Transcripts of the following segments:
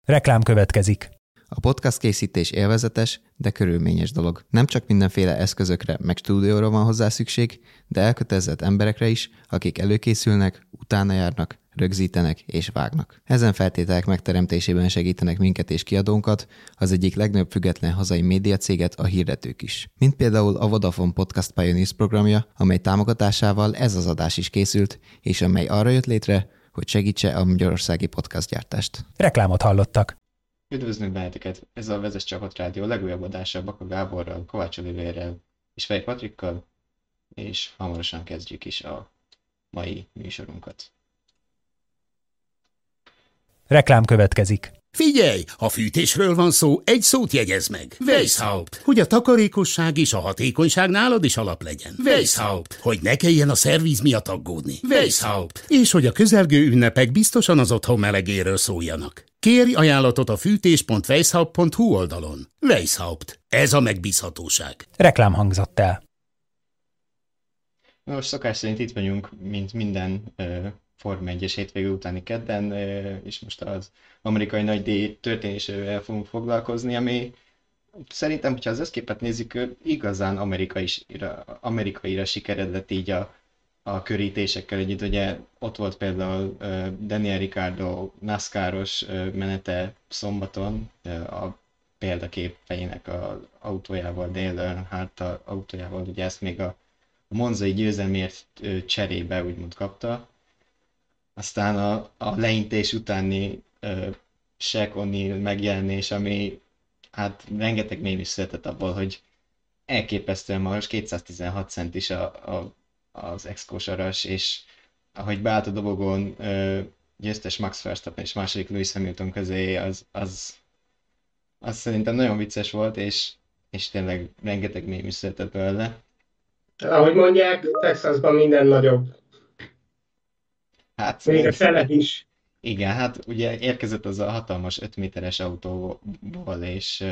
Reklám következik. A podcast készítés élvezetes, de körülményes dolog. Nem csak mindenféle eszközökre meg stúdióra van hozzá szükség, de elkötelezett emberekre is, akik előkészülnek, utána járnak, rögzítenek és vágnak. Ezen feltételek megteremtésében segítenek minket és kiadónkat, az egyik legnagyobb független hazai médiacéget, a hirdetők is. Mint például a Vodafone Podcast Pioneers programja, amely támogatásával ez az adás is készült, és amely arra jött létre, hogy segítse a magyarországi podcastgyártást. Reklámot hallottak. Üdvözlünk benneteket! Ez a Vezess Csapot Rádió legújabb adása Baka Gáborral, Kovács Olivérrel és Fej Patrikkal, és hamarosan kezdjük is a mai műsorunkat. Reklám következik. Figyelj, ha fűtésről van szó, egy szót jegyez meg. Weishaupt. Hogy a takarékosság és a hatékonyság nálad is alap legyen. Weishaupt. Hogy ne kelljen a szervíz miatt aggódni. Weishaupt. És hogy a közelgő ünnepek biztosan az otthon melegéről szóljanak. Kérj ajánlatot a fűtés.weishaupt.hu oldalon. Weishaupt. Ez a megbízhatóság. Reklám hangzott el. Most szokás szerint itt vagyunk, mint minden Forma 1-es hétvége utáni kedden, és most az amerikai nagydíj történésével fogunk foglalkozni, ami szerintem, hogyha az összképet nézzük, igazán amerikaira sikeredett így a körítésekkel együtt. Ugye ott volt például Daniel Ricciardo NASCAR-os menete szombaton, a példakép fejének az autójával, Dale Earnhardt autójával, ugye ezt még a monzai győzelmért cserébe úgymond kapta. Aztán a leintés utáni Shaq O'Neal megjelenés, ami hát rengeteg mém is született abból, hogy elképesztően magas, 216 centis az ex-kosaras, és ahogy beállt a dobogon győztes Max Verstappen és második Lewis Hamilton közé, az szerintem nagyon vicces volt, és tényleg rengeteg mém is született belőle. Ahogy mondják, Texasban minden nagyobb. Hát, még a fele is. Igen, hát ugye érkezett az a hatalmas 5 méteres autóból, és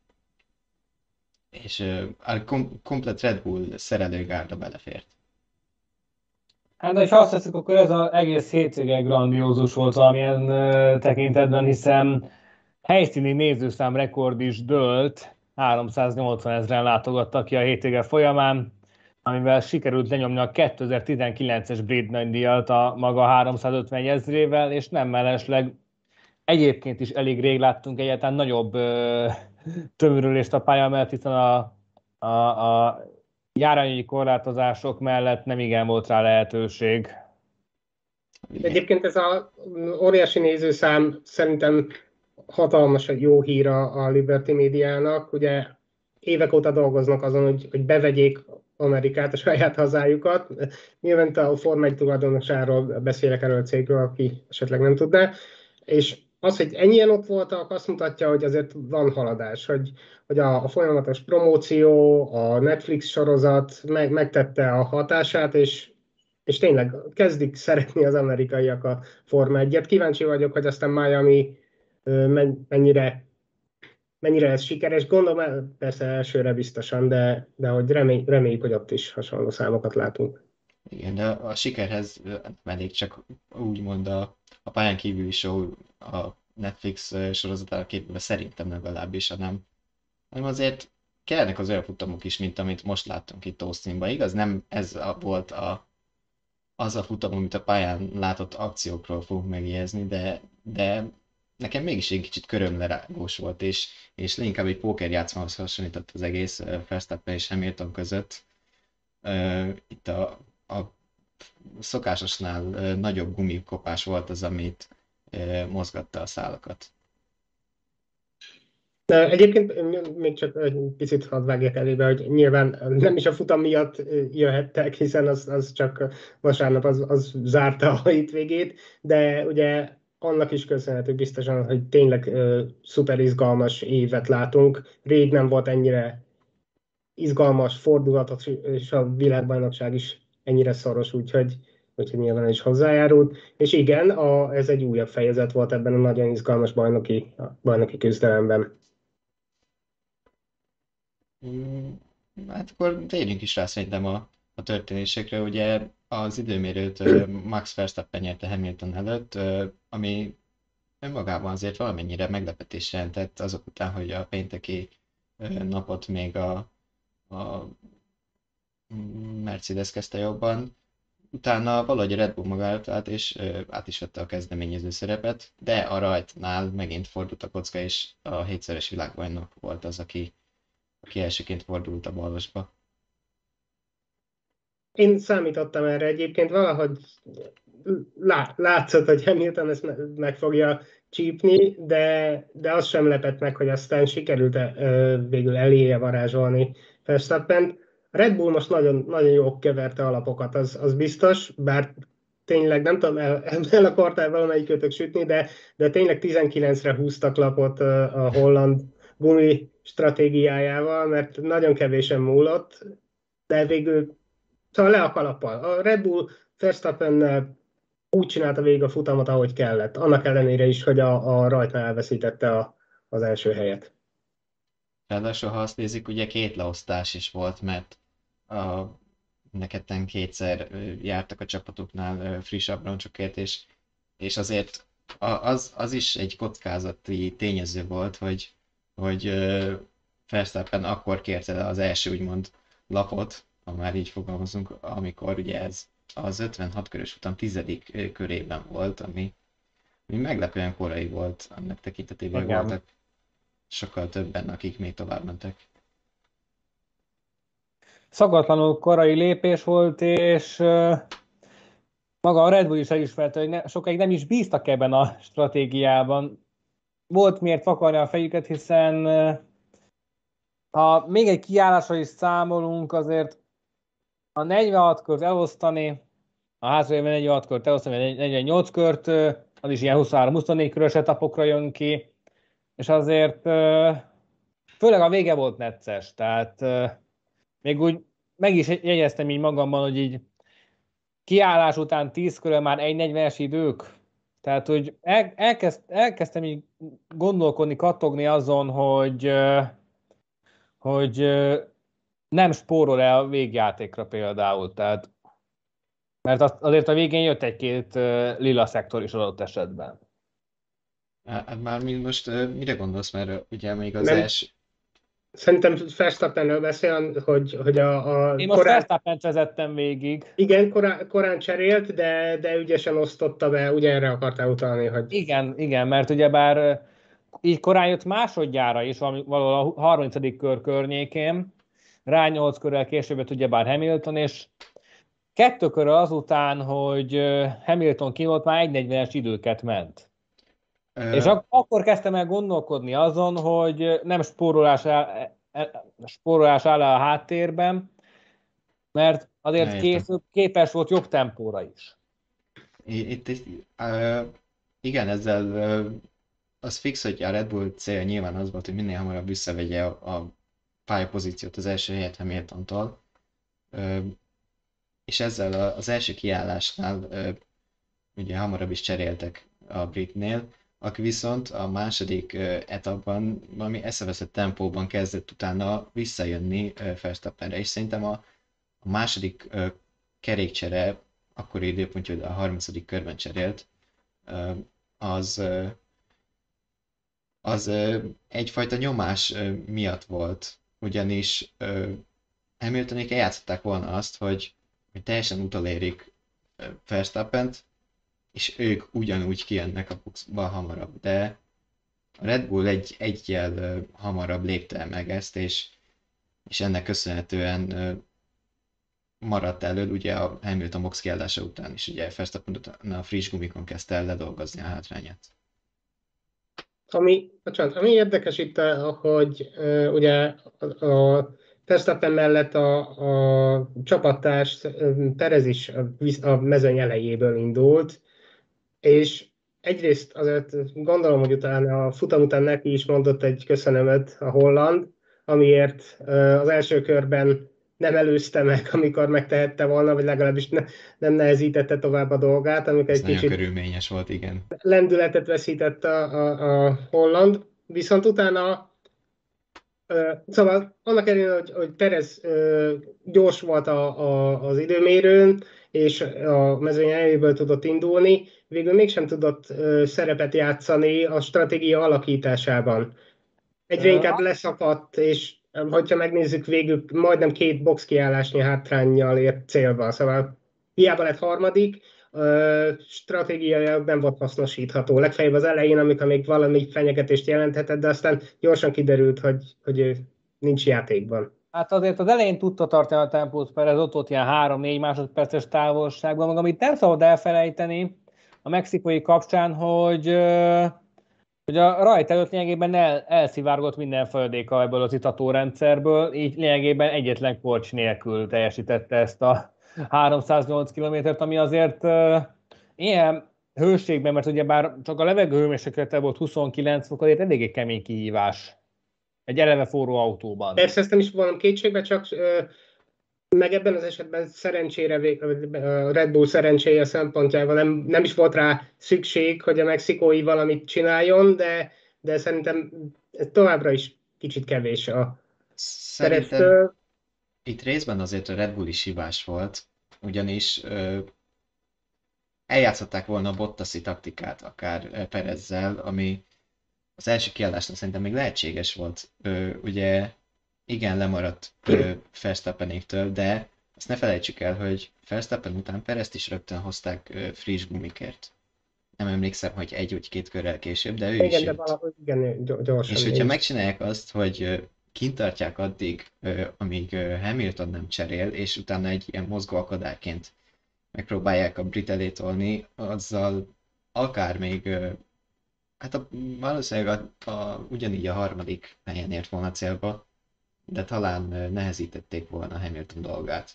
a komplet Red Bull szerelőgárda belefért. Hát, de ha azt teszük, akkor ez az egész hétvége grandiózus volt valamilyen tekintetben, hiszen helyszíni nézőszám rekord is dőlt, 380 000-en látogattak ki a hétvége folyamán, amivel sikerült lenyomni a 2019-es Brit nagydíjat a maga 350 000-ével, és nem mellesleg egyébként is elég rég láttunk egyáltalán nagyobb tömörülést a pálya mellett, hiszen a járványi korlátozások mellett nem igen volt rá lehetőség. Egyébként ez az óriási nézőszám szerintem hatalmas, jó hír a Liberty médiának. Ugye évek óta dolgoznak azon, hogy bevegyék Amerikát, a saját hazájukat. Nyilván a Forma 1 tulajdonosáról beszélek, erről a cégről, aki esetleg nem tudná. És az, hogy ennyien ott voltak, azt mutatja, hogy azért van haladás, hogy a folyamatos promóció, a Netflix sorozat megtette a hatását, és tényleg kezdik szeretni az amerikaiak a Forma 1-et. Kíváncsi vagyok, hogy aztán Miami mennyire ez sikeres. Gondolom, persze elsőre biztosan, de hogy reméljük, hogy ott is hasonló számokat látunk. Igen, de a sikerhez elég csak úgymond a pályán kívüli show a Netflix sorozatára képülve, szerintem legalábbis, hanem azért kellnek az olyan futamok is, mint amit most láttunk itt Austinban. Igaz, nem ez volt az a futam, amit a pályán látott akciókról fogunk megjegyezni, de nekem mégis egy kicsit körömlerágós volt, és leginkább egy pókerjátszmához hasonlított az egész Verstappen és Hamilton között. Itt a szokásosnál nagyobb gumikopás volt az, amit mozgatta a szálakat. De egyébként még csak egy picit hadd vágjak elébe, hogy nyilván nem is a futam miatt jöhettek, hiszen az csak vasárnap az zárta a hétvégét, de ugye annak is köszönhető biztosan, hogy tényleg szuper izgalmas évet látunk. Rég nem volt ennyire izgalmas, fordulatos, és a világbajnokság is ennyire szoros, úgyhogy nyilván is hozzájárult. És igen, ez egy újabb fejezet volt ebben a nagyon izgalmas bajnoki küzdelemben. Hát akkor térjünk is rá szerintem a történésekre. Ugye az időmérőt Max Verstappen nyerte Hamilton előtt, ami önmagában azért valamennyire meglepetés jelentett azok után, hogy a pénteki napot még a Mercedes kezdte jobban, utána valahogy a Red Bull maga állt, és át is vette a kezdeményező szerepet, de a rajtnál megint fordult a kocka, és a 7-szeres világbajnok volt az, aki elsőként fordult a balosba. Én számítottam erre egyébként, valahogy látszott, hogy Hamilton ezt meg fogja csípni, de az sem lepett meg, hogy aztán sikerült végül eléje varázsolni Verstappent. A Red Bull most nagyon, nagyon jó keverte alapokat, az biztos, bár tényleg nem tudom, el akartál valamelyikötök sütni, de tényleg 19-re húztak lapot a holland gumi stratégiájával, mert nagyon kevésen múlott, de végül szóval le a kalappal. A Red Bull Verstappennel úgy csinálta végig a futamot, ahogy kellett. Annak ellenére is, hogy a rajtnál elveszítette az első helyet. Ráadásul, ha azt nézzük, ugye két leosztás is volt, mert a neketten kétszer jártak a csapatoknál friss abroncsokért, és azért az is egy kockázati tényező volt, hogy Verstappen akkor kérte le az első úgymond lapot, ha már így fogalmazunk, amikor ugye ez az 56 körös futam 10. körében volt, ami meglepően korai volt, annak tekintetében Igen. voltak sokkal többen, akik még tovább mentek. Szokatlanul korai lépés volt, és maga a Red Bull is elismerte, hogy sokáig nem is bíztak ebben a stratégiában. Volt miért vakarni a fejüket, hiszen ha még egy kiállásra is számolunk, azért a 46 kört elosztani, a hátralévő 46 kört elosztani, 48 kört, az is ilyen 23-24 körös etapokra jön ki, és azért főleg a vége volt necces, tehát még úgy meg is jegyeztem így magamban, hogy így kiállás után 10 körül már 1:40-es idők, tehát hogy elkezdtem így gondolkodni, kattogni azon, hogy nem spórol el a végjátékra például, tehát mert azért a végén jött egy-két lila szektor is adott esetben. Hát már most mire gondolsz, mert ugye még az Nem. első... Szerintem Verstappenről beszél, hogy a Én most Verstappent vezettem végig. Igen, korán cserélt, de ügyesen osztotta be, ugye erre akartál utalni, hogy... Igen, mert ugyebár így korán jött másodjára is, valahol a 30. kör környékén, rá 8 körrel később jött ugyebár Hamilton, és 2 körrel azután, hogy Hamilton kínult, már 1:40-es időket ment. És akkor kezdtem el gondolkodni azon, hogy nem spórolás áll a háttérben, mert azért később képes volt jobb tempóra is. Igen, ezzel az fix, hogy a Red Bull cél nyilván az volt, hogy minél hamarabb visszavegye a pályapozíciót az első helyet Hamiltontól. És ezzel az első kiállásnál ugye hamarabb is cseréltek a Britnél, aki viszont a második etapban valami eszeveszett tempóban kezdett utána visszajönni Verstappenre, és szerintem a második kerékcsere, akkori időpontja, hogy a 30. körben cserélt, az egyfajta nyomás miatt volt, ugyanis Hamiltonék eljátszották volna azt, hogy teljesen utolérik Verstappent, és ők ugyanúgy kijönnek a boxba hamarabb, de a Red Bull egyel hamarabb lépte meg ezt, és ennek köszönhetően maradt elől ugye a Hamilton box kiadása után is, ugye Verstappen a friss gumikon kezdte el ledolgozni a hátrányát. Ami érdekes itt, hogy ugye a Verstappen mellett a csapattárs Perez is a mezőny elejéből indult, és egyrészt azért gondolom, hogy utána a futam után neki is mondott egy köszönömet a holland, amiért az első körben nem előzte meg, amikor megtehette volna, vagy legalábbis nem nehezítette tovább a dolgát, amikor egy nagyon kicsit körülményes volt, igen. lendületet veszített a holland, viszont utána szóval annak ellenére, hogy Perez gyors volt az időmérőn, és a mezőny elejéből tudott indulni, végül mégsem tudott szerepet játszani a stratégia alakításában. Egyre inkább leszakadt, és hogyha megnézzük, végül majdnem 2 box kiállásnyi hátránnyal ért célba. Szóval hiába lett harmadik, stratégiailag nem volt hasznosítható. Legfeljebb az elején, amikor még valami fenyegetést jelenthetett, de aztán gyorsan kiderült, hogy ő nincs játékban. Hát azért az elején tudta tartani a tempót, mert ez ott ilyen 3-4 másodperces távolságban, meg amit nem szabad elfelejteni a mexikói kapcsán, hogy a rajt előtt lényegében elszivárgott minden földéka ebből az itatórendszerből, így lényegében egyetlen korcs nélkül teljesítette ezt a 308 kilométert, ami azért ilyen hőségben, mert ugyebár csak a levegő hőmérséklete volt 29 fok, azért eléggé kemény kihívás egy eleve forró autóban. Persze ezt nem is vonom kétségbe, csak meg ebben az esetben szerencsére, a Red Bull szerencséje szempontjából nem is volt rá szükség, hogy a mexikói valamit csináljon, de szerintem továbbra is kicsit kevés a Szerintem itt részben azért a Red Bull is hibás volt, ugyanis eljátszották volna a Bottasi taktikát akár Perezzel, ami az első kiadásnak szerintem még lehetséges volt. Ugye igen, lemaradt Verstappenéktől, de azt ne felejtsük el, hogy Verstappen után Perezt is rögtön hozták friss gumikért. Nem emlékszem, hogy 1 vagy 2 körrel később, de ő igen, is de jött. valahogy igen, gyorsan. És hogyha megcsinálják azt, hogy kint tartják addig, amíg Hamilton nem cserél, és utána egy ilyen mozgó akadályként megpróbálják a brit elé tolni, azzal akár még, hát valószínűleg ugyanígy a harmadik helyen ért volna célba, de talán nehezítették volna Hamilton dolgát.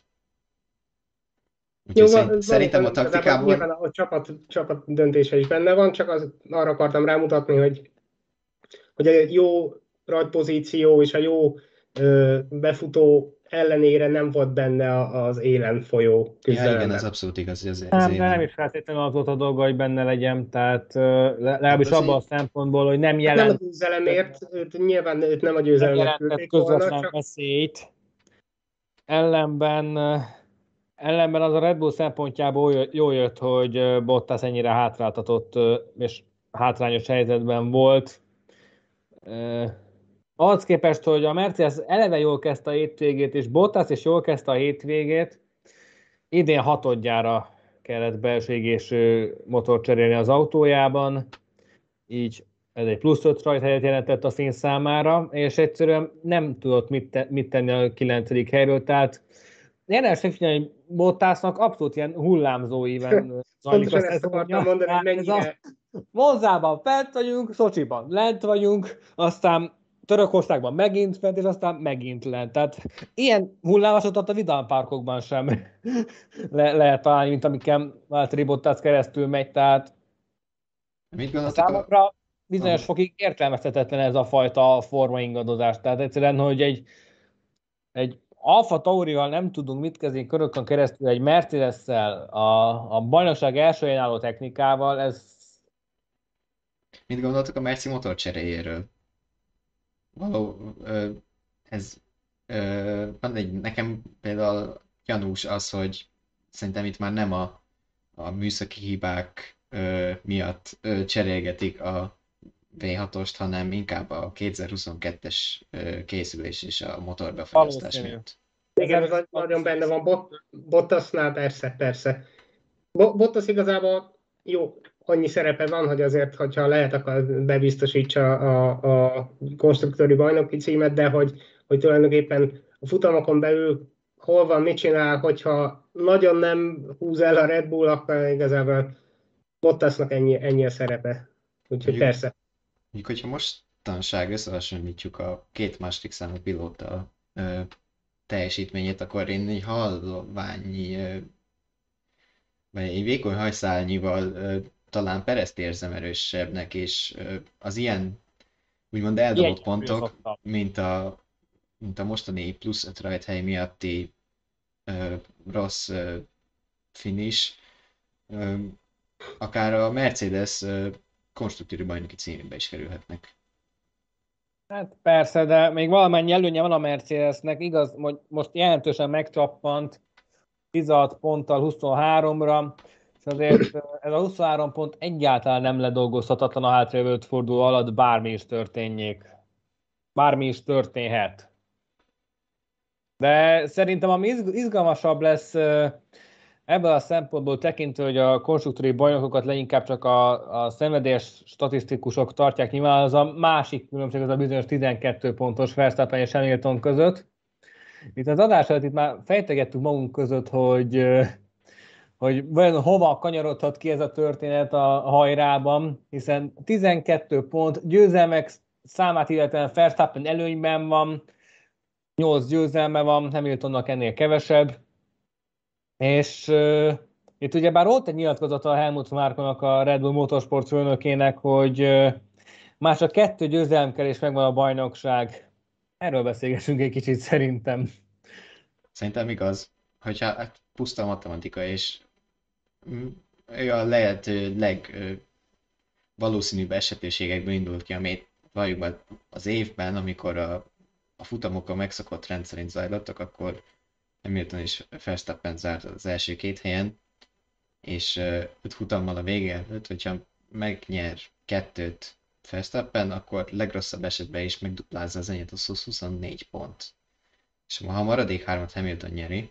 Úgyhogy szerintem a taktikából... Nyilván a csapat döntése is benne van, csak arra akartam rámutatni, hogy a jó rajtpozíció és a jó befutó ellenére nem volt benne az élen folyó küzdelemben. Ja, igen, ez abszolút igaz. Nem is feltétlenül az volt a dolga, hogy benne legyen, tehát legalábbis abban a szempontból, hogy nem jelent... Nem a győzelemért, nyilván őt nem a győzelemért küldték volna, csak... veszélyt. Ellenben az a Red Bull szempontjából jól jött, hogy Bottas ennyire hátráltatott és hátrányos helyzetben volt. Ahhoz képest, hogy a Mercedes eleve jól kezdte a hétvégét, és Bottas is jól kezdte a hétvégét, idén hatodjára kellett belső égésű motort cserélni az autójában, így ez egy plusz 5 rajthelyet jelentett a finn számára, és egyszerűen nem tudott mit tenni a 9. helyről, tehát érdemes megfigyelni, hogy Bottasnak abszolút ilyen hullámzó íven zajlik a szezonja. Monzában fent vagyunk, Szocsiban lent vagyunk, aztán Törökországban megint fent, és aztán megint lent. Tehát ilyen hullámosodat a Vidal parkokban sem lehet találni, mint amiken Valtteri Bottas keresztül megy. Tehát számomra bizonyos fokig értelmezhetetlen ez a fajta formaingadozás. Tehát egyszerűen, hogy egy Alfa Taurival nem tudunk mit kezdeni körökön keresztül egy Mercedes-szel, a bajnokság első helyen álló technikával, ez... Mit gondoltok a Merci motor cseréjéről? Nekem például gyanús az, hogy szerintem itt már nem a műszaki hibák miatt cserélgetik a V6-ost, hanem inkább a 2022-es készülés és a motorbefejeztés miatt. Igen, ez nagyon benne van. Bottasnál persze. Bottas igazából jó, annyi szerepe van, hogy azért, hogyha lehet, akkor bebiztosítsa a konstruktőri bajnoki címet, de hogy tulajdonképpen a futamokon belül hol van, mit csinál, hogyha nagyon nem húz el a Red Bull, akkor igazából Bottasnak ennyi a szerepe. Úgyhogy persze. Mondjuk, hogyha mostanság összehasonlítjuk a két második számú pilóta teljesítményét, akkor én egy halványi, vagy egy vékony hajszálnyival talán Perezt érzem erősebbnek, és az ilyen úgymond eldobott pontok, mint a mostani plusz 5 rajthely miatti rossz finish, akár a Mercedes konstruktőri bajnoki címébe is kerülhetnek. Hát persze, de még valamennyi előnye van a Mercedesnek, igaz, most jelentősen megcsappant 16 ponttal 23-ra, És azért ez a 23 pont egyáltalán nem ledolgozhatatlan a hátralévő 5 forduló alatt, bármi is történjék. Bármi is történhet. De szerintem ami izgalmasabb lesz ebből a szempontból tekintve, hogy a konstruktúri bajnokokat leginkább csak a szenvedélyes statisztikusok tartják nyilván, az a másik különbség, az a bizonyos 12 pontos Verstappen és Hamilton között. Itt az adás előtt itt már fejtegettük magunk között, hogy vajon hova kanyarodhat ki ez a történet a hajrában, hiszen 12 pont, győzelmek számát illetően Verstappen előnyben van, 8 győzelme van, Hamiltonnak ennél kevesebb, és itt ugyebár volt egy nyilatkozata a Helmut Markonak, a Red Bull Motorsport főnökének, hogy már csak 2 győzelem kell, és megvan a bajnokság. Erről beszélgessünk egy kicsit szerintem. Szerintem igaz, hogyha hát puszta matematika, és ő a lehető legvalószínűbb esetőségekből indult ki, amit valljuk be az évben, amikor a futamok a megszokott rend szerint zajlottak, akkor Hamilton és Verstappen zárt az első 2 helyen, és 5 futammal a vége előtt, hogyha megnyer 2-t Verstappen, akkor legrosszabb esetben is megduplázza az enyét, az 24 pont. És ha a maradék 3-at Hamilton nyeri,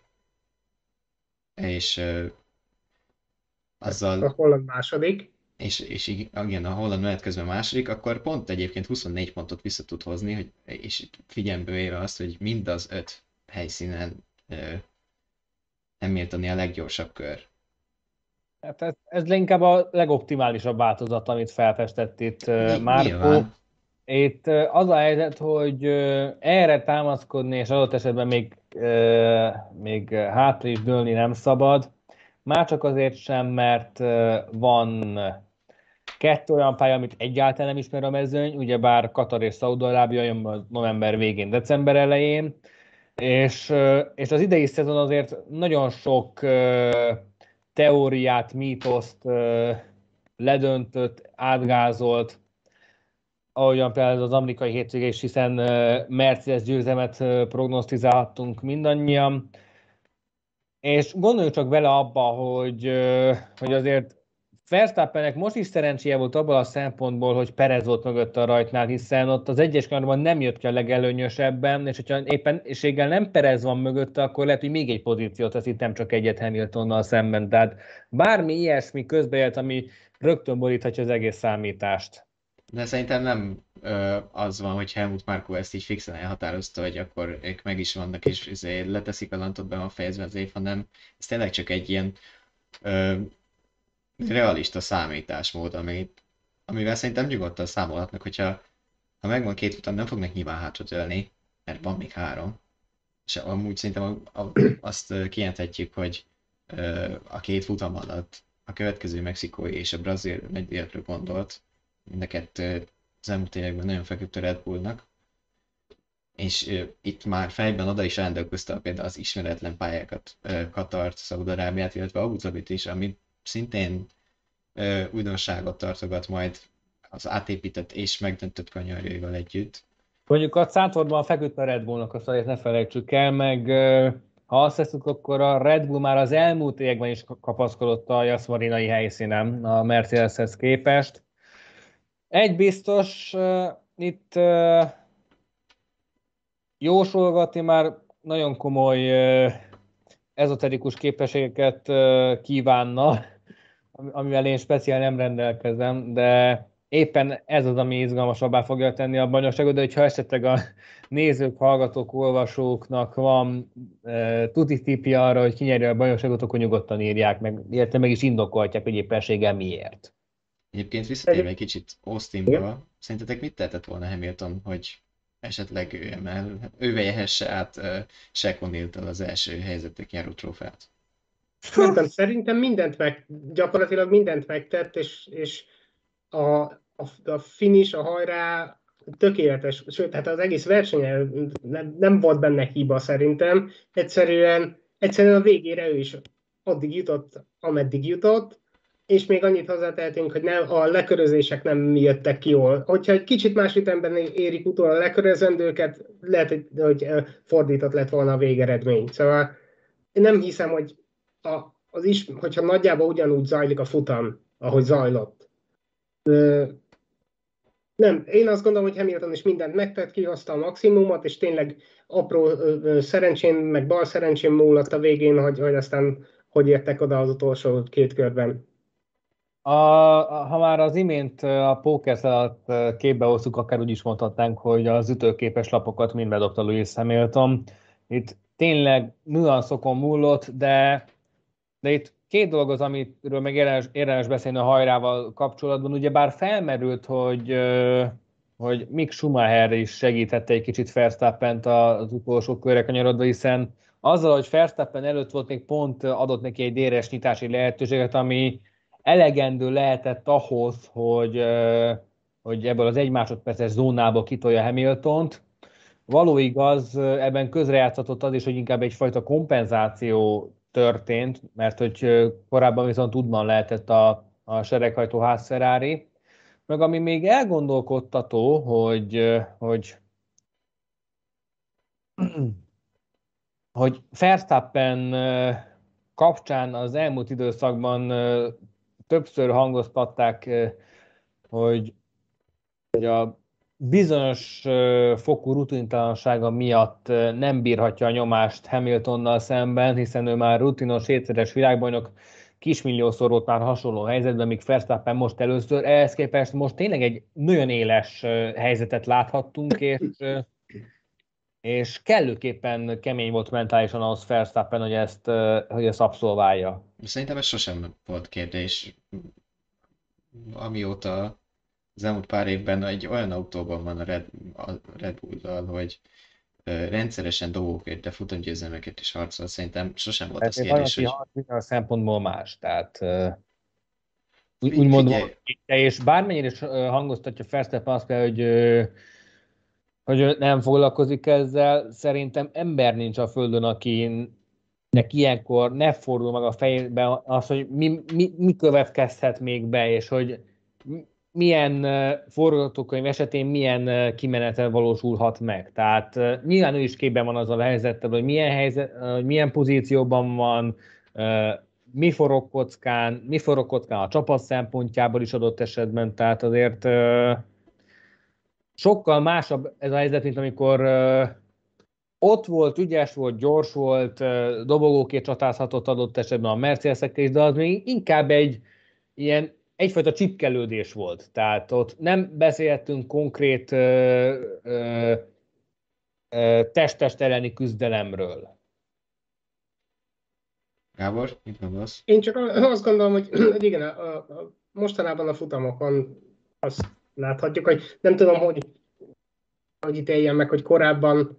és azzal... A holland második. És igen, a holland menet közben második, akkor pont egyébként 24 pontot vissza tud hozni, és figyelembe véve azt, hogy mind az 5 helyszínen Hamiltoni a leggyorsabb kör. Hát ez inkább a legoptimálisabb változat, amit felfestett itt Márkó. Itt az a helyzet, hogy erre támaszkodni, és adott esetben még hátra is dőlni nem szabad. Már csak azért sem, mert van 2 olyan pálya, amit egyáltalán nem ismer a mezőny, ugyebár Katar és Szaúd-Arábia jön november végén, december elején, és az idei szezon azért nagyon sok teóriát, mítoszt ledöntött, átgázolt, ahogyan például az amerikai hétvége is, hiszen Mercedes győzelmet prognosztizálhattunk mindannyian. És gondoljunk csak bele abba, hogy azért Verstappennek most is szerencséje volt abban a szempontból, hogy Perez volt mögött a rajtnál, hiszen ott az egyes kanyarban nem jött ki a legelőnyösebben, és hogyha éppenséggel nem Perez van mögötte, akkor lehet, hogy még egy pozíciót tesz itt, nem csak egyet Hamiltonnal szemben. Tehát bármi ilyesmi közbejött, ami rögtön boríthatja az egész számítást. De szerintem nem az van, hogy Helmut Marko ezt így fixen elhatározta, hogy akkor ők meg is vannak, és leteszik a lantot, be van fejezve az év, hanem ez tényleg csak egy ilyen realista számításmód, amivel szerintem nyugodtan számolhatnak, hogyha megvan 2 futam, nem fognak nyilván hátradőlni, mert van még 3. És amúgy szerintem azt kijelenthetjük, hogy a 2 futam alatt a következő mexikói és a brazil nagydíjakra gondolt, mind a 2 az elmúlt években nagyon feküdt a Red Bullnak, és itt már fejben oda is rendelkezte például az ismeretlen pályákat, Katart, Szaúd-Arábiát, illetve Abu Dhabit is, ami szintén újdonságot tartogat majd az átépített és megdöntött kanyarjaival együtt. Mondjuk a Zandvoortban feküdt a Red Bullnak, azt azért ne felejtsük el, meg ha azt teszünk, akkor a Red Bull már az elmúlt években is kapaszkodott a Jasmarinai helyszínen a Mercedeshez képest. Egy biztos, itt jósolgatni már nagyon komoly ezoterikus képességeket kívánna, amivel én speciál nem rendelkezem, de éppen ez az, ami izgalmasabbá fogja tenni a bajnokságot, de hogyha esetleg a nézők, hallgatók, olvasóknak van tuti tippja arra, hogy kinyerje a bajnokságot, akkor nyugodtan írják meg, illetve meg is indokolhatják, hogy éppenséggel miért. Egyébként visszatérve egy kicsit Austinba, szerintetek mit tehetett volna Hamilton, hogy esetleg ő vehesse át Shaq O'Neal-től az első helyzetek járó trófeát? Szerintem gyakorlatilag mindent megtett, és a finish, a hajrá tökéletes, sőt, hát az egész versenyen nem volt benne hiba szerintem. Egyszerűen a végére ő is addig jutott, ameddig jutott, és még annyit hozzátehetünk, hogy a lekörözések nem jöttek ki jól. Hogyha egy kicsit más ütemben érik utol a lekörözendőket, lehet, hogy fordított lett volna a végeredmény. Szóval én nem hiszem, hogy az is, hogyha nagyjából ugyanúgy zajlik a futam, ahogy zajlott. Nem, én azt gondolom, hogy Hamilton is mindent megtett, kihozta a maximumot, és tényleg apró szerencsén, meg bal szerencsén múlott a végén, hogy aztán hogy értek oda az utolsó 2 körben. Ha már az imént a pókerszelet képbe hoztuk, akár úgy is mondhatnánk, hogy az ütőképes lapokat mind bedobta Lewis Hamilton. Itt tényleg nüanszokon múlott, de itt 2 dolog az, amiről meg érdemes beszélni a hajrával kapcsolatban. Ugyebár felmerült, hogy Mick Schumacher is segítette egy kicsit Verstappent az utolsó körre kanyarodva, hiszen azzal, hogy Verstappen előtt volt, még pont adott neki egy DRS nyitási lehetőséget, ami elegendő lehetett ahhoz, hogy ebből az 1 másodperces zónából kitolja Hamiltont. Való igaz, ebben közrejátszott az is, hogy inkább egyfajta kompenzáció történt, mert hogy korábban viszont útban lehetett a sereghajtó Haas Ferrari. Meg ami még elgondolkodtató, hogy Verstappen kapcsán az elmúlt időszakban többször hangoztatták, hogy a bizonyos fokú rutintalansága miatt nem bírhatja a nyomást Hamiltonnal szemben, hiszen ő már rutinos 7-szeres világbajnok, kismilliószor volt már hasonló helyzetben, míg Verstappen most először. Ehhez képest most tényleg egy nagyon éles helyzetet láthattunk, és kellőképpen kemény volt mentálisan ahhoz Verstappen, hogy ezt abszolválja. Szerintem ez sosem volt kérdés, amióta az elmúlt pár évben egy olyan autóban van a Red Bull-dal, hogy rendszeresen dolgokért, de futamgyőzelmeket is harcol, szerintem sosem volt az kérdés, hogy... A szempontból más, tehát úgy mondom, és bármennyire is hangoztatja Verstappen azt, hogy ő nem foglalkozik ezzel, szerintem ember nincs a Földön, akinek ilyenkor ne fordul meg a fejében az, hogy mi következhet még be, és hogy milyen forgatókönyv esetén milyen kimenetel valósulhat meg. Tehát nyilván ő is képben van azzal a helyzettel, hogy milyen pozícióban van, mi forog kockán a csapat szempontjából is adott esetben, tehát azért sokkal másabb ez a helyzet, mint amikor ott volt, ügyes volt, gyors volt, dobogókért csatázhatott adott esetben a Mercedesekkel is, de az még inkább egyfajta csipkelődés volt. Tehát ott nem beszélhetünk konkrét test-test elleni küzdelemről. Gábor, mit gondolsz? Én csak azt gondolom, hogy igen, mostanában a futamokon azt láthatjuk, hogy nem tudom, hogy ítéljem meg, hogy korábban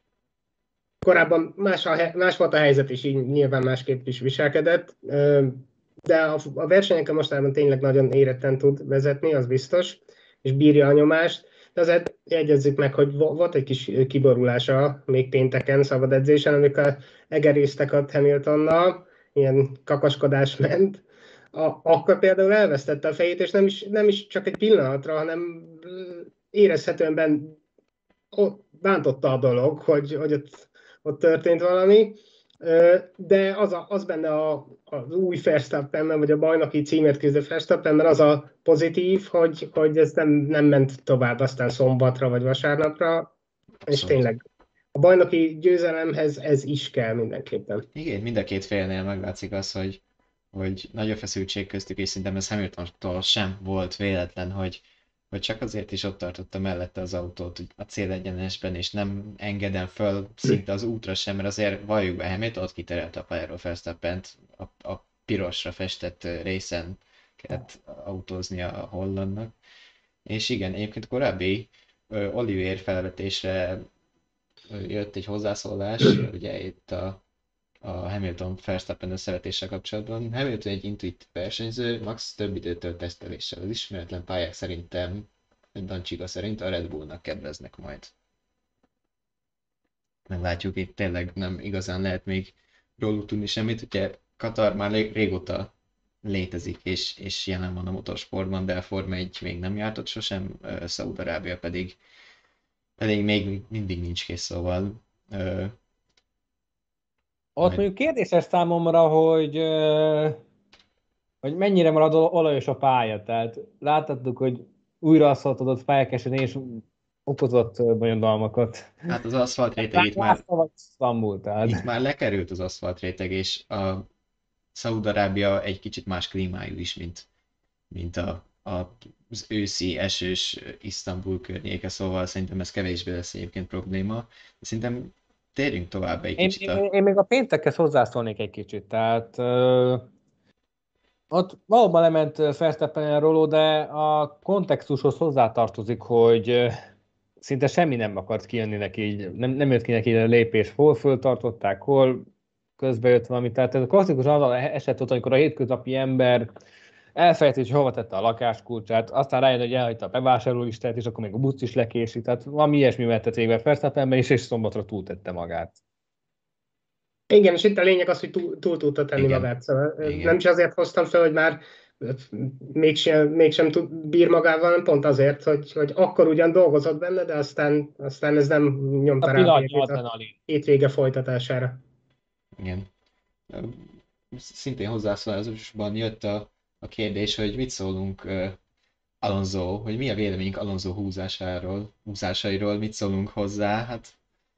más volt a helyzet, és így nyilván másképp is viselkedett, de a versenyeken mostanában tényleg nagyon éretten tud vezetni, az biztos, és bírja a nyomást, de azért jegyezzük meg, hogy volt egy kis kiborulása még pénteken szabad edzésen, amikor egeréztek a Hamiltonnal, ilyen kakaskodás ment, akkor például elvesztette a fejét, és nem is csak egy pillanatra, hanem érezhetően bántotta a dolog, hogy ott történt valami, de az benne az új Verstappenben, vagy a bajnoki címért küzdő Verstappenben az a pozitív, hogy ez nem ment tovább aztán szombatra vagy vasárnapra, és tényleg a bajnoki győzelemhez ez is kell mindenképpen. Igen, mind a két félnél meglátszik az, hogy nagy a feszültség köztük, és szerintem ez Hamiltontól sem volt véletlen, hogy csak azért is ott tartotta mellette az autót a célegyenesben, és nem engedem föl szinte az útra sem, mert azért valljuk be, Hamilton ott kiterelte a pályáról Verstappent, a pirosra festett részen kellett autózni a hollandnak. És igen, egyébként korábbi Olivier felvetésre jött egy hozzászólás, ugye itt a Hamilton-Verstappen összevetéssel kapcsolatban. Hamilton egy intuitív versenyző, max több időt tölt teszteléssel. Az ismeretlen pályák szerintem, Dancsiga szerint a Red Bullnak kedveznek majd. Meglátjuk, itt tényleg nem igazán lehet még róluk tudni semmit. Ugye Katar már régóta létezik, és jelen van a motorsportban, de a Forma 1 még nem járt ott sosem, Szaúd-Arábia pedig még mindig nincs kész, szóval Ott mondjuk kérdéses számomra, hogy mennyire marad olajos a pálya. Tehát láthattuk, hogy újra aszfaltozott pályák és okozott bonyodalmakat. Hát az aszfalt réteg itt Tehát. már lekerült az aszfalt réteg, és a Szaúd-Arábia egy kicsit más klímájú is, mint az őszi esős Isztambul környéke, szóval szerintem ez kevésbé lesz egyébként probléma. De szerintem térjünk tovább egy Én, kicsit én, én még a péntekhez hozzászólnék egy kicsit. Tehát ott valóban lement Verstappen a róló, de a kontextushoz hozzátartozik, hogy szinte semmi nem akart kijönni neki, így, nem jött ki neki a lépés, hol föltartották, hol közbe jött valami. Tehát ez a klasszikus az eset volt, amikor a hétköznapi ember elfelejti, hogy hova tette a lakáskulcsát, aztán rájön, hogy elhagyta a bevásárlólistát, és akkor még a busz is lekési. Tehát valami ilyesmi vetett végbe Verstappenben is, és szombatra túltette magát. Igen, és itt a lényeg az, hogy túl tudta tenni Igen. magát. Szóval Igen. nem is azért hoztam fel, hogy már mégsem bír magával, hanem pont azért, hogy akkor ugyan dolgozott benne, de aztán ez nem nyomta A rá pillanatnyi a adrenalin. hétvége folytatására. Igen. Szintén hozzászólásban jött a kérdés, hogy mit szólunk Alonso, hogy mi a véleményünk Alonso húzásairól, mit szólunk hozzá, hát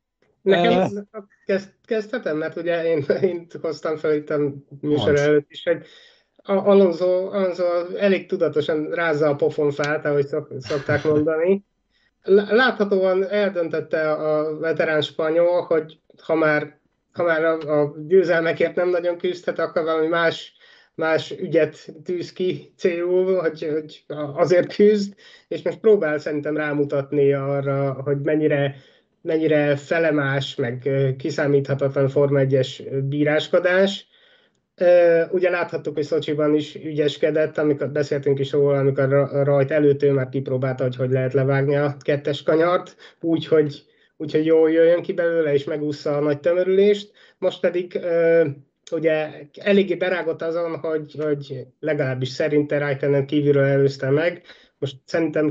Nekem kezdhetem, mert ugye én hoztam fel itt a műsor Mondd. előtt is, hogy Alonso elég tudatosan rázza a pofonfát, ahogy szokták mondani. Láthatóan eldöntötte a veterán spanyol, hogy ha már a győzelmekért nem nagyon küzdhet, akkor valami más ügyet tűz ki célul, hogy azért küzd, és most próbál szerintem rámutatni arra, hogy mennyire felemás, meg kiszámíthatatlan Forma 1-es bíráskodás. Ugye láthattuk, hogy Szocsiban is ügyeskedett, amikor beszéltünk is róla, amikor a rajt előtt ő már kipróbálta, hogy lehet levágni a kettes kanyart, úgyhogy jól jöjjön ki belőle, és megúszza a nagy tömörülést. Most pedig ugye eléggé berágott azon, hogy legalábbis szerinte Raikkonen kívülről előzte meg. Most szerintem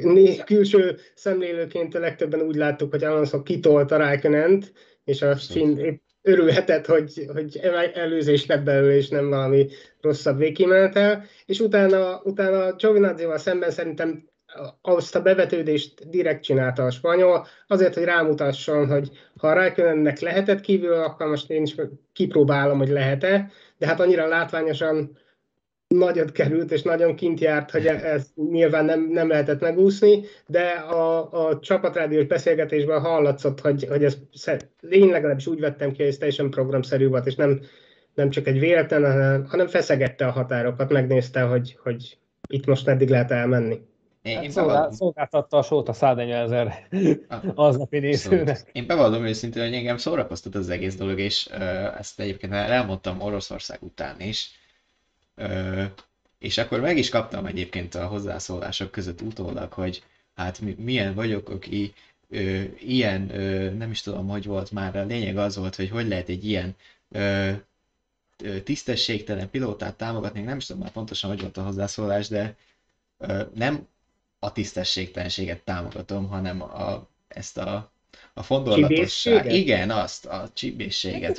külső szemlélőként legtöbben úgy láttuk, hogy Alonso kitolta Raikkonent, és a Finn épp örülhetett, hogy előzés lett belőle, és nem valami rosszabb végkimenetel. És utána Giovinazzival szemben szerintem azt a bevetődést direkt csinálta a spanyol, azért, hogy rámutasson, hogy ha a Raikkonennek lehetett kívül, akkor most én is kipróbálom, hogy lehet-e, de hát annyira látványosan nagyot került, és nagyon kint járt, hogy ez nyilván nem lehetett megúszni, de a csapatrádiós beszélgetésben hallatszott, hogy ez én legalábbis úgy vettem ki, hogy ez teljesen programszerű volt, és nem csak egy véletlen, hanem feszegette a határokat, megnézte, hogy itt most meddig lehet elmenni. Szolgáltatta a sót a 140 000 aznapi nézőnek. Én bevallom őszintén, hogy engem szórakoztat az egész dolog, és ezt egyébként elmondtam Oroszország után is, és akkor meg is kaptam egyébként a hozzászólások között utólag, hogy hát milyen vagyok, aki ilyen, nem is tudom, hogy volt már, a lényeg az volt, hogy lehet egy ilyen tisztességtelen pilótát támogatni, nem is tudom már pontosan, hogy volt a hozzászólás, de nem a tisztességtelenséget támogatom, hanem ezt a fondorlatosság. Igen, azt, a csibészséget,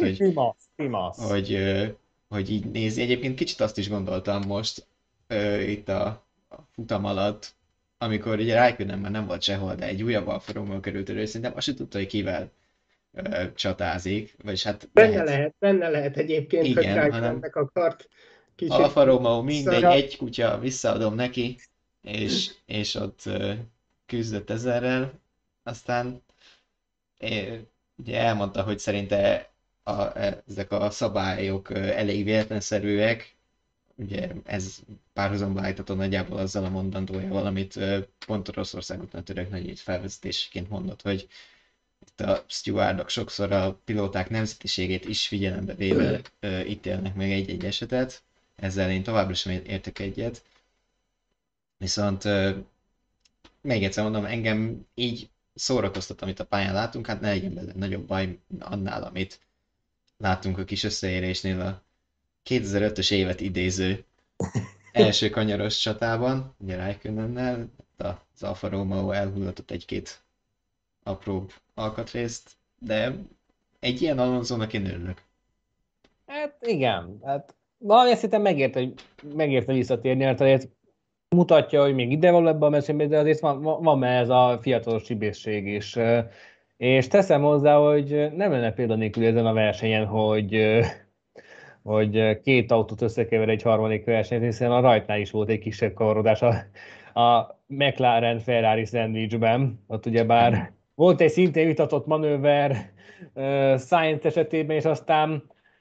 hogy így nézni. Egyébként kicsit azt is gondoltam most itt a futam alatt, amikor ugye Raikkonen már nem volt sehol, de egy újabb Alfa Romeo került elő, szerintem azt sem tudta, hogy kivel csatázik, vagyis hát Benne lehet egyébként, igen, hogy Raikkonennek akart kicsit. Alfa Romeo mindegy, egy kutya, visszaadom neki, és ott küzdött ezerrel, aztán ugye elmondta, hogy szerinte ezek a szabályok elég véletlenszerűek, ugye ez párhuzamba állítható nagyjából azzal a mondandójával, amit pont Oroszország után török nagy felvezetésként mondott, hogy itt a stewardok sokszor a pilóták nemzetiségét is figyelembe véve ítélnek meg egy-egy esetet, ezzel én továbbra sem értek egyet. Viszont még egyszer mondom, engem így szórakoztat, amit a pályán látunk, hát ne legyen bele nagyobb baj annál, amit láttunk a kis összeérésnél a 2005-ös évet idéző első kanyaros csatában, ugye Raikkonennel, az Alfa Romeo elhullatott egy-két apró alkatrészt, de egy ilyen Alonsónak én örülök. Hát igen, hát valamilyen szinten megérte visszatérni, mert azért mutatja, hogy még ide van ebben a mezőnyben, de azért van ez a fiatalos csibészség is. És teszem hozzá, hogy nem lenne példanélkül ezen a versenyen, hogy két autót összekever egy harmadik versenyt, hiszen a rajtnál is volt egy kisebb kavarodás a McLaren Ferrari szendvicsben. Ott ugyebár volt egy szintén vitatott manőver Sainz esetében, és aztán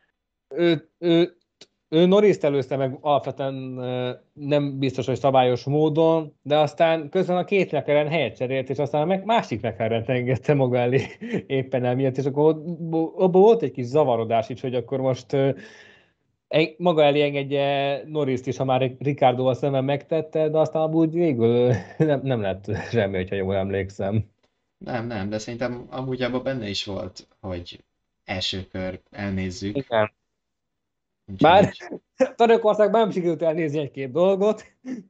ő Norris-t előzte meg alapvetően nem biztos, hogy szabályos módon, de aztán közben a két McLaren helyet cserélt, és aztán a másik McLaren engedte maga elé éppen emiatt, és akkor abban volt egy kis zavarodás is, hogy akkor most maga elé engedje Norriszt is, ha már Ricciardoval szemben megtette, de aztán úgy végül nem lett semmi, hogyha jól emlékszem. Nem, de szerintem amúgy abban benne is volt, hogy első kör elnézzük. Igen. Bár Úgyhogy, Törökországban nem sikerült elnézni egy-két dolgot,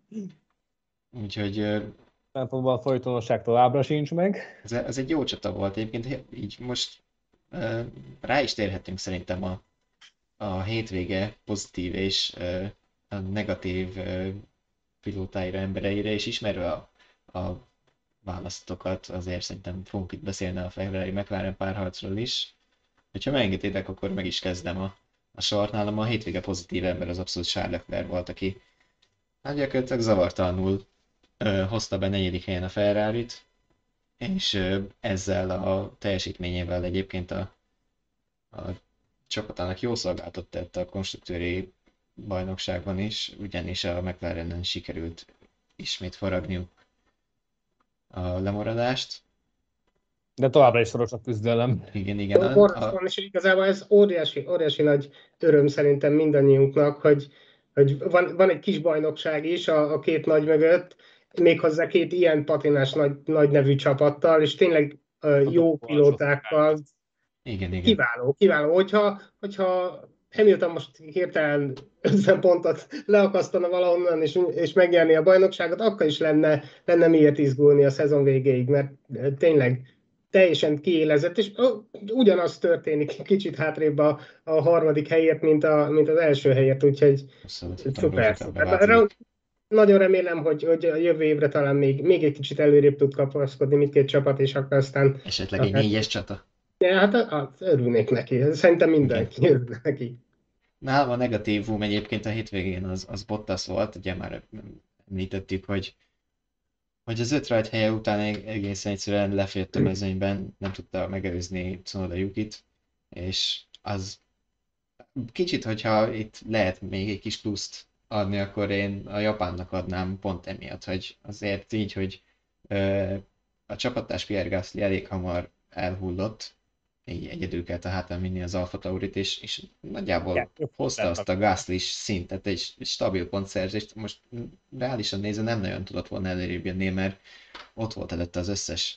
úgyhogy szempontból a folytonosság továbbra sincs meg. ez egy jó csata volt. Egyébként így most rá is térhetünk szerintem a hétvége pozitív és a negatív pilótáira, embereire, és ismerve a választokat, azért szerintem fogunk itt beszélni a Ferrari-McLaren párharcról is. Ha megengedétek, akkor meg is kezdem a sort. Nálam a hétvége pozitív ember az abszolút Charles Leclerc volt, aki hát gyakorlatilag zavartalanul hozta be negyedik helyen a Ferrarit, és ezzel a teljesítményével egyébként a csapatának jó szolgáltat tett a konstruktőri bajnokságban is, ugyanis a McLarenen sikerült ismét faragniuk a lemaradást. De továbbra is szoros a küzdelem. Igen. Borzasztóan, és igazából ez óriási nagy öröm szerintem mindannyiunknak, hogy van egy kis bajnokság is a két nagy mögött, méghozzá két ilyen patinás nagy nevű csapattal, és tényleg jó pilótákkal. Igen. Kiváló. Hogyha Hamilton most hirtelen 50 pontot leakasztana valahonnan, és megnyerni a bajnokságot, akkor is lenne miért izgulni a szezon végéig, mert tényleg teljesen kiélezett, és ugyanaz történik kicsit hátrébb a harmadik helyért, mint az első helyért, úgyhogy szuper. Nagyon remélem, hogy a jövő évre talán még egy kicsit előrébb tud kapaszkodni mindkét csapat, és akkor aztán... Esetleg egy négyes csata? Ja, hát örülnék neki. Szerintem mindenki örül neki. Nálam a negatívum egyébként a hétvégén az Bottas volt, ugye már említettük, hogy az 5 rajt helye után egészen egyszerűen lefért a mezőnyben, nem tudta megelőzni Tsunoda Yukit, és az kicsit, hogyha itt lehet még egy kis pluszt adni, akkor én a japánnak adnám pont emiatt, hogy azért így, hogy a csapattárs Pierre Gasly elég hamar elhullott, így egyedül kellett a hátán vinni az Alfa Taurit, és nagyjából hozta azt a Gasly szintet, egy stabil pontszerzést. Most reálisan nézve nem nagyon tudott volna előrébb jönni, mert ott volt előtte az összes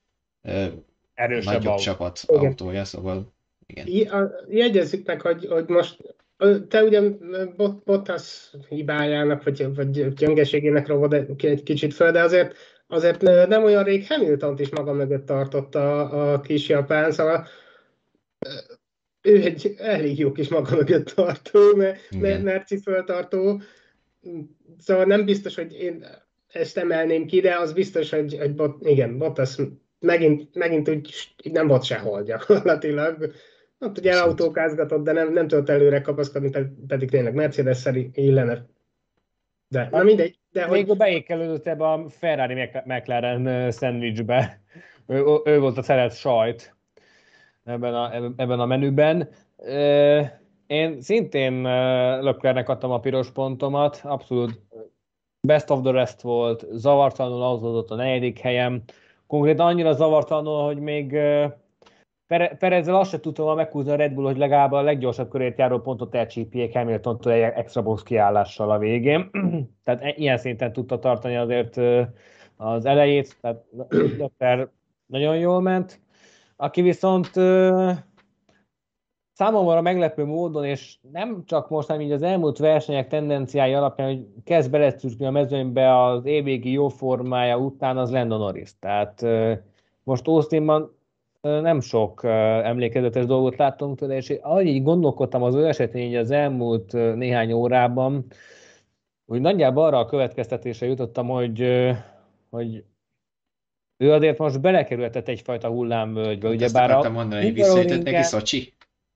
nagyobb csapat autója, szóval igen. Jegyezzük meg, hogy most te ugyan Bottas hibájának, vagy gyengeségének rovod egy kicsit föl, de azért nem olyan rég Hamiltont is maga mögött tartotta a kis japán, szóval ő egy elég jó kis maga mögött tartó, merci föltartó, szóval nem biztos, hogy én ezt emelném ki, de az biztos, hogy Bottas megint úgy nem volt sehol gyakorlatilag. Ott ugye autókázgatott, de nem tudott előre kapaszkodni, pedig tényleg Mercedes-szel illene. De na mindegy. De még beékelődött ebbe a Ferrari McLaren szendvicsbe. Ő volt a szeret sajt ebben a menüben. Én szintén Leclercnek adtam a piros pontomat, abszolút best of the rest volt, zavartalanul autózott a negyedik helyem. Konkrétan annyira zavartalanul, hogy még Perezzel azt se tudtam meghúzni a Red Bull, hogy legalább a leggyorsabb körért járó pontot elcsípjék Hamiltontól egy extra box kiállással a végén. Tehát ilyen szinten tudta tartani azért az elejét, tehát Leclerc nagyon jól ment. Aki viszont számomra meglepő módon, és nem csak most, hanem így az elmúlt versenyek tendenciái alapján, hogy kezd beleszűrni a mezőnybe az évvégi jó formája után, az Lando Norris. Tehát most Austinban nem sok emlékezetes dolgot láttunk tőle, és ahogy így gondolkodtam az ő esetén így az elmúlt néhány órában, úgy nagyjából arra a következtetésre jutottam, hogy ő azért most belekerülhetett egyfajta hullámvölgybe. Ezt Ugyebár akartam mondani, hogy visszaütött neki Szocsi.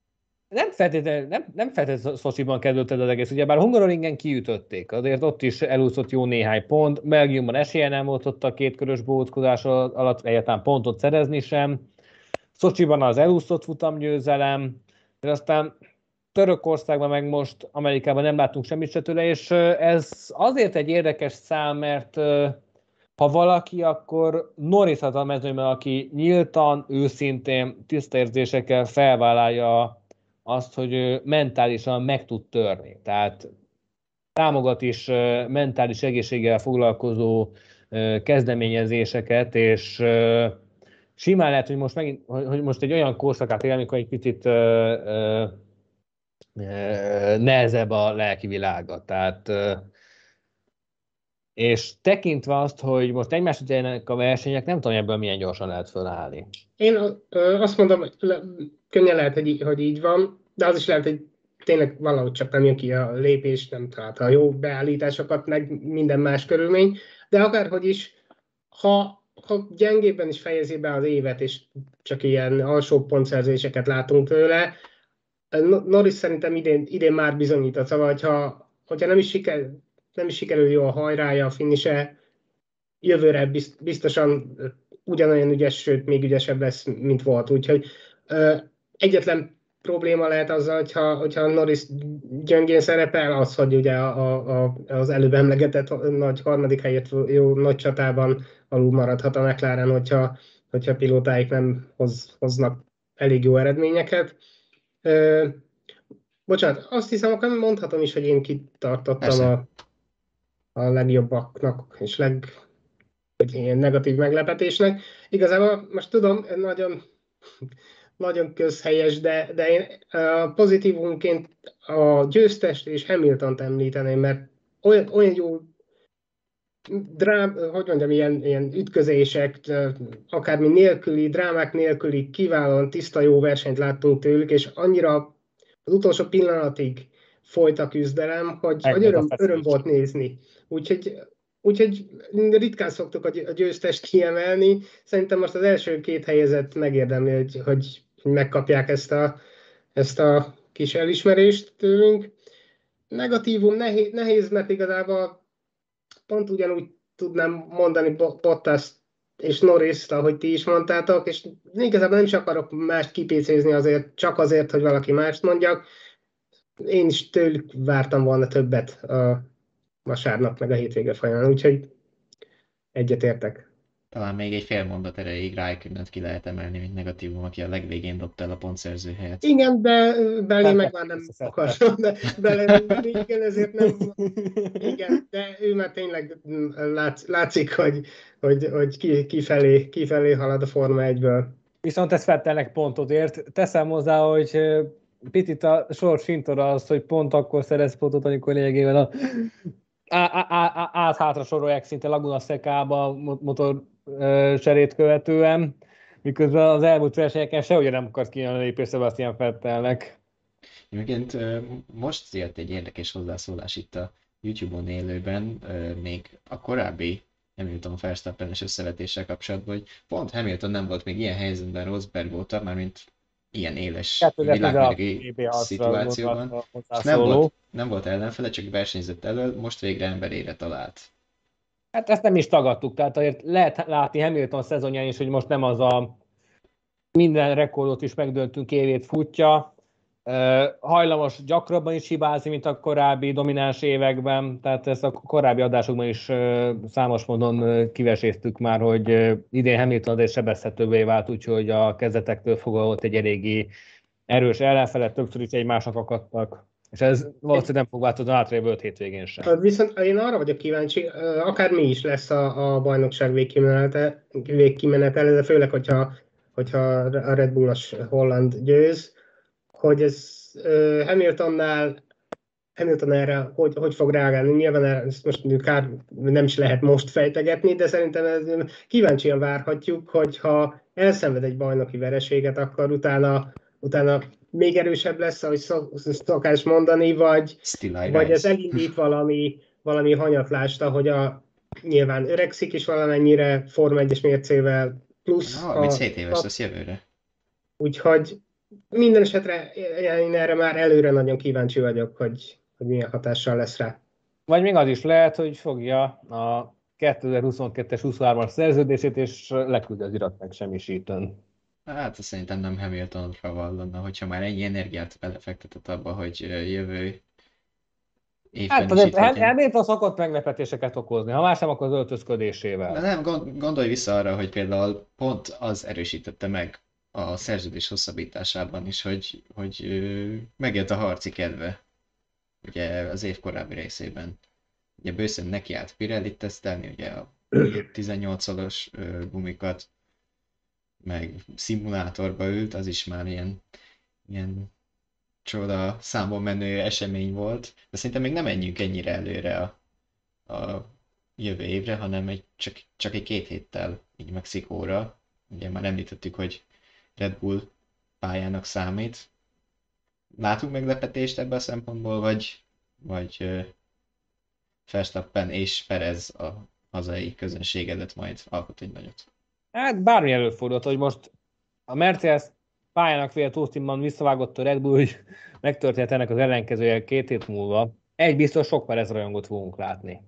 Nem feltétlenül Szocsiban kezdődött az egész. Ugyebár Hungaroringen kiütötték, azért ott is elúszott jó néhány pont. Belgiumban esélye nem volt ott a kétkörös bohóckodás alatt egyáltalán pontot szerezni sem. Szocsiban az elúszott futamgyőzelem, és aztán Törökországban meg most Amerikában nem láttunk semmit se tőle, és ez azért egy érdekes szám, mert ha valaki, akkor Norris az a mezőnyben, aki nyíltan, őszintén, tiszta érzésekkel felvállalja azt, hogy ő mentálisan meg tud törni. Tehát támogat is mentális egészséggel foglalkozó kezdeményezéseket, és simán lehet, hogy most, hogy most egy olyan korszakát él, amikor egy picit nehezebb a lelki világa. Tehát, és tekintve azt, hogy most egymás után a versenyek, nem tudom, ebből milyen gyorsan lehet fölállni. Én azt mondom, hogy könnyen lehet, hogy így van, de az is lehet, hogy tényleg valahogy csak nem jön ki a lépés, nem találta a jó beállításokat, meg minden más körülmény, de akárhogy is, ha gyengébben is fejezi be az évet, és csak ilyen alsó pontszerzéseket látunk tőle, Norris szerintem idén már bizonyított, szóval, hogyha nem is sikerül jó a hajrája, a finise, jövőre biztosan ugyanolyan ügyes, sőt még ügyesebb lesz, mint volt. Úgyhogy egyetlen probléma lehet azzal, hogyha Norris gyöngén szerepel, az, hogy ugye az előbb emlegetett nagy harmadik helyet jó nagy csatában alul maradhat a McLaren, hogyha pilótáik nem hoznak elég jó eredményeket. Bocsánat, azt hiszem, akkor mondhatom is, hogy én kitartottam a legjobbaknak, és ilyen negatív meglepetésnek. Igazából most tudom, nagyon, nagyon közhelyes, de én pozitívunként a győztest és Hamiltont említeném, mert olyan jó hogy mondjam, ilyen ütközések, akármi nélküli, drámák nélküli, kiválóan tiszta jó versenyt láttunk tőlük, és annyira az utolsó pillanatig folyt a küzdelem, hogy öröm volt nézni. Úgyhogy ritkán szoktuk a győztest kiemelni. Szerintem most az első két helyezett megérdemli, hogy megkapják ezt a kis elismerést tőlünk. Negatívum nehéz, mert igazából pont ugyanúgy tudnám mondani Bottas és Norris-t, ahogy ti is mondtátok, és igazából nem is akarok mást kipécézni csak azért, hogy valaki mást mondjak. Én is tőlük vártam volna többet a vasárnap, meg a hétvége folyamán, úgyhogy egyetértek. Talán még egy fél mondat erejéig Raikkonent ki lehet emelni, mint negatívum, aki a legvégén dobta el a pontszerző helyet. Igen, de belé meg már nem akar. Igen, ezért nem. Igen, de ő már tényleg látszik, hogy kifelé halad a Forma 1-ből. Viszont ez Vettelnek pontot ért. Teszem hozzá, hogy picit a sors fintora az, hogy pont akkor szerez pontot, amikor lényegében át-hátra sorolják szinte Laguna Secába motor cserét követően, miközben az elmúlt versenyeken sehogy nem akart kijönni a lépés Sebastian Vettelnek. Egyébként most jött egy érdekes hozzászólás itt a YouTube-on élőben, még a korábbi Hamilton-Verstappen-es összevetéssel kapcsolatban, hogy pont Hamilton nem volt még ilyen helyzetben Rosberg óta, mármint ilyen éles világméregi szituációban, és nem volt ellenfele, csak versenyzett elől, most végre emberére talált. Hát ezt nem is tagadtuk, tehát azért lehet látni Hamilton szezonján is, hogy most nem az a minden rekordot is megdöntünk évét futja, hajlamos gyakrabban is hibázni, mint a korábbi domináns években, tehát ezt a korábbi adásokban is számos módon kiveséztük már, hogy idén Hamilton azért sebezhetővé vált, úgyhogy a kezdetektől fogva volt egy eléggé erős ellenfele, többször is egymásnak akadtak, és ez valószínűleg nem fog változni átrébb 5 hétvégén sem. Viszont én arra vagyok kíváncsi, akár mi is lesz a bajnokság végkimenetele, de főleg, hogyha a Red Bullos holland győz, hogy ez Hamiltonnál Hamilton erre hogy fog reagálni. Nyilván ezt most kár, nem is lehet most fejtegetni, de szerintem kíváncsian várhatjuk, hogy ha elszenved egy bajnoki vereséget, akkor utána még erősebb lesz, ahogy szokás mondani, vagy ez elindít valami hanyatlást, ahogy nyilván öregszik is valamennyire Forma 1-es mércével, plusz 37 éves lesz jövőre. Úgyhogy minden esetre én erre már előre nagyon kíváncsi vagyok, hogy milyen hatással lesz rá. Vagy még az is lehet, hogy fogja a 2022-es 23-as szerződését, és leküldi az irat megsemmisítőn. Hát szerintem nem Hamiltonra vallana, hogyha már ennyi energiát belefektetett abba, hogy jövő évben Hát is itt azért legyen. Hamilton szokott meglepetéseket okozni, ha más nem, akkor az öltözködésével. De nem, gondolj vissza arra, hogy például pont az erősítette meg a szerződés hosszabbításában is, hogy megjött a harci kedve, ugye az év korábbi részében. Ugye bőszen neki állt Pirellit tesztelni, ugye a 18-szoros gumikat, meg szimulátorba ült, az is már ilyen csoda számon menő esemény volt, de szerintem még nem menjünk ennyire előre a jövő évre, hanem csak egy 2 héttel így Mexikóra. Ugye már említettük, hogy Red Bull pályának számít. Látunk meglepetést ebből a szempontból, vagy Verstappen és Perez a hazai közönség előtt majd alkot egy nagyot? Hát bármi előfordult, hogy most a Mercedes pályának vélt Austinban visszavágott a Red Bull, hogy megtörtént ennek az ellenkezője 2 hét múlva. Egy biztos sok Perez rajongot fogunk látni.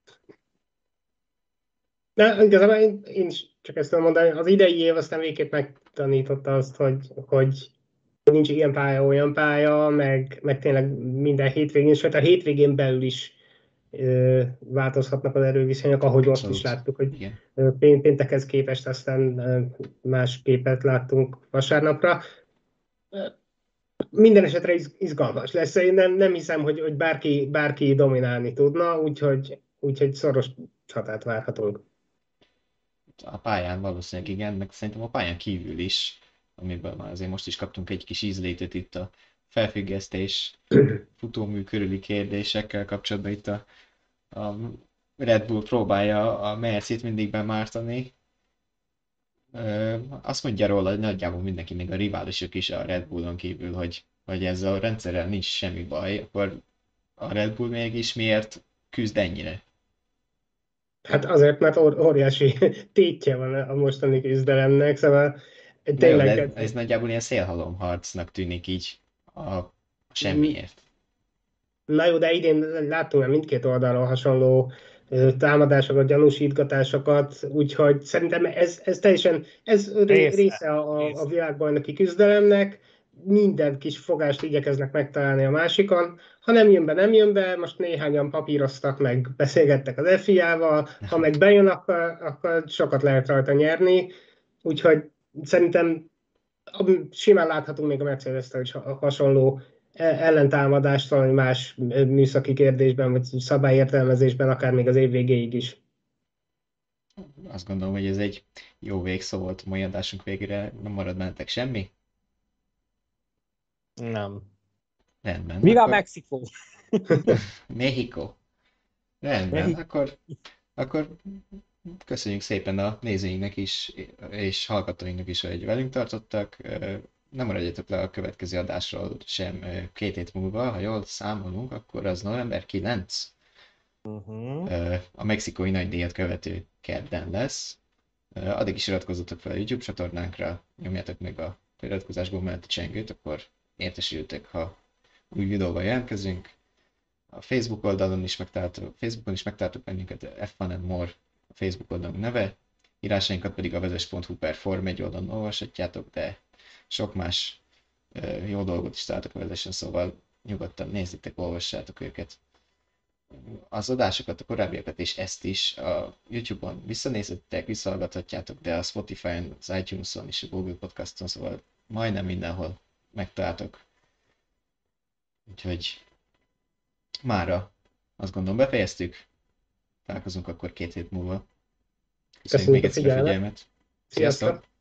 De igazából én is csak ezt tudom mondani, az idei év aztán végképp megtanította azt, hogy nincs ilyen pálya, olyan pálya, meg tényleg minden hétvégén, sőt a hétvégén belül is változhatnak az erőviszonyok, ahogy most Abszolút. is láttuk, hogy Igen. péntekhez képest aztán más képet láttunk vasárnapra. Minden esetre izgalmas lesz. Én nem hiszem, hogy bárki dominálni tudna, úgyhogy szoros csatát várhatunk. A pályán valószínűleg igen, meg szerintem a pályán kívül is, amiből már azért most is kaptunk egy kis ízlétet itt a felfüggesztés, futómű körüli kérdésekkel kapcsolatban. Itt a Red Bull próbálja a Mercit mindig bemártani. Azt mondja róla, hogy nagyjából mindenki, még a riválisok is a Red Bullon kívül, hogy ezzel a rendszerrel nincs semmi baj, akkor a Red Bull mégis miért küzd ennyire? Hát azért, mert óriási tétje van a mostani küzdelemnek, szóval Na jó, tényleg... de ez nagyjából ilyen szélhalomharcnak tűnik így a semmiért. Na jó, de idén láttunk már mindkét oldalon hasonló támadásokat, gyanúsítgatásokat, úgyhogy szerintem ez teljesen része a világbajnoki küzdelemnek, minden kis fogást igyekeznek megtalálni a másikon. Ha nem jön be, nem jön be, most néhányan papíroztak, meg beszélgettek az FIA-val, ha meg bejön, akkor sokat lehet rajta nyerni, úgyhogy szerintem simán láthatunk még a Mercedes-tel is hasonló ellentámadást valami más műszaki kérdésben, vagy szabályértelmezésben, akár még az év végéig is. Azt gondolom, hogy ez egy jó végszó volt a mai adásunk végére. Nem marad bennetek semmi? Nem. Rendben. Viva akkor... Mexikó! México. Rendben, akkor köszönjük szépen a nézőinknek is, és hallgatóinknak is, hogy velünk tartottak. Nem maradjatok le a következő adásról sem 2 hét múlva, ha jól számolunk, akkor az november 9. A mexikói nagydíjat követő kedden lesz. Addig is iratkozzatok fel a YouTube csatornánkra, nyomjátok meg a feliratkozás gomb mellett a csengőt, akkor értesültek, ha új videóval jelentkezünk. A Facebook oldalon is megtaláltok bennünket, F1 and More a Facebook oldalunk neve, írásainkat pedig a vezes.hu/Forma 1 oldalon olvashatjátok, de sok más jó dolgot is találtok a vezesen, szóval nyugodtan nézzétek, olvassátok őket. Az adásokat, a korábbiakat és ezt is a YouTube-on visszanézhettek, visszahallgathatjátok, de a Spotify-on, az iTunes-on és a Google Podcast-on, szóval majdnem mindenhol megtaláltok. Úgyhogy mára azt gondolom befejeztük. Találkozunk akkor 2 hét múlva. Köszönjük még egyszer a figyelmet. Sziasztok!